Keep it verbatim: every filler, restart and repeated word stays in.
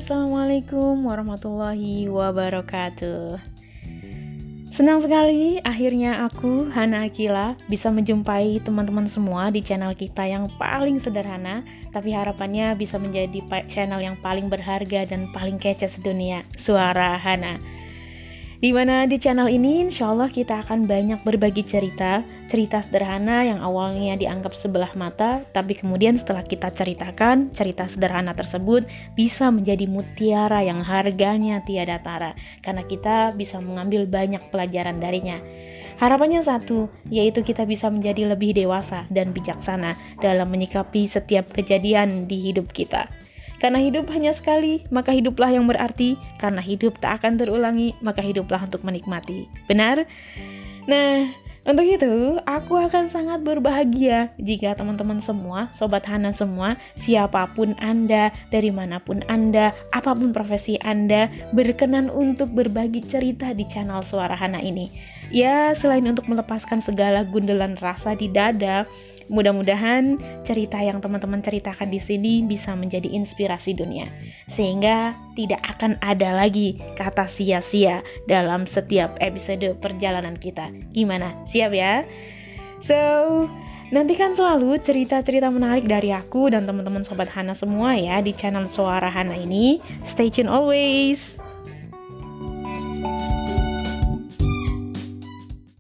Assalamualaikum warahmatullahi wabarakatuh. Senang sekali akhirnya aku, Hana Akila, bisa menjumpai teman-teman semua di channel kita yang paling sederhana, tapi harapannya bisa menjadi channel yang paling berharga dan paling kece sedunia, Suara Hana. Dimana di channel ini insya Allah kita akan banyak berbagi cerita Cerita sederhana yang awalnya dianggap sebelah mata, tapi kemudian setelah kita ceritakan, cerita sederhana tersebut bisa menjadi mutiara yang harganya tiada tara, karena kita bisa mengambil banyak pelajaran darinya. Harapannya satu, yaitu kita bisa menjadi lebih dewasa dan bijaksana dalam menyikapi setiap kejadian di hidup kita. Karena hidup hanya sekali, maka hiduplah yang berarti. Karena hidup tak akan terulangi, maka hiduplah untuk menikmati. Benar? Nah, untuk itu, aku akan sangat berbahagia jika teman-teman semua, Sobat Hana semua, siapapun Anda, dari manapun Anda, apapun profesi Anda, berkenan untuk berbagi cerita di channel Suara Hana ini. Ya, selain untuk melepaskan segala gundalan rasa di dada, mudah-mudahan cerita yang teman-teman ceritakan di sini bisa menjadi inspirasi dunia, sehingga tidak akan ada lagi kata sia-sia dalam setiap episode perjalanan kita. Gimana? Siap ya? So, nantikan selalu cerita-cerita menarik dari aku dan teman-teman Sobat Hana semua ya di channel Suara Hana ini. Stay tune always!